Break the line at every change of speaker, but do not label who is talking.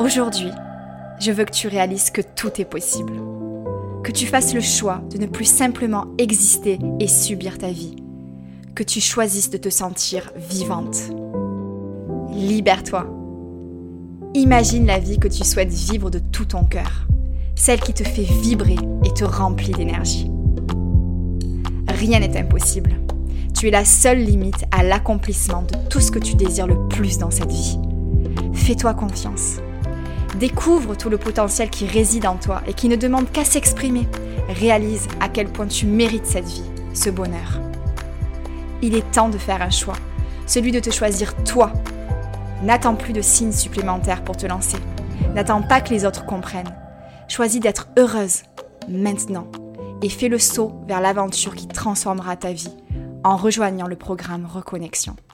Aujourd'hui, je veux que tu réalises que tout est possible. Que tu fasses le choix de ne plus simplement exister et subir ta vie. Que tu choisisses de te sentir vivante. Libère-toi. Imagine la vie que tu souhaites vivre de tout ton cœur. Celle qui te fait vibrer et te remplit d'énergie. Rien n'est impossible. Tu es la seule limite à l'accomplissement de tout ce que tu désires le plus dans cette vie. Fais-toi confiance. Découvre tout le potentiel qui réside en toi et qui ne demande qu'à s'exprimer. Réalise à quel point tu mérites cette vie, ce bonheur. Il est temps de faire un choix, celui de te choisir toi. N'attends plus de signes supplémentaires pour te lancer. N'attends pas que les autres comprennent. Choisis d'être heureuse, maintenant, et fais le saut vers l'aventure qui transformera ta vie en rejoignant le programme Reconnexion.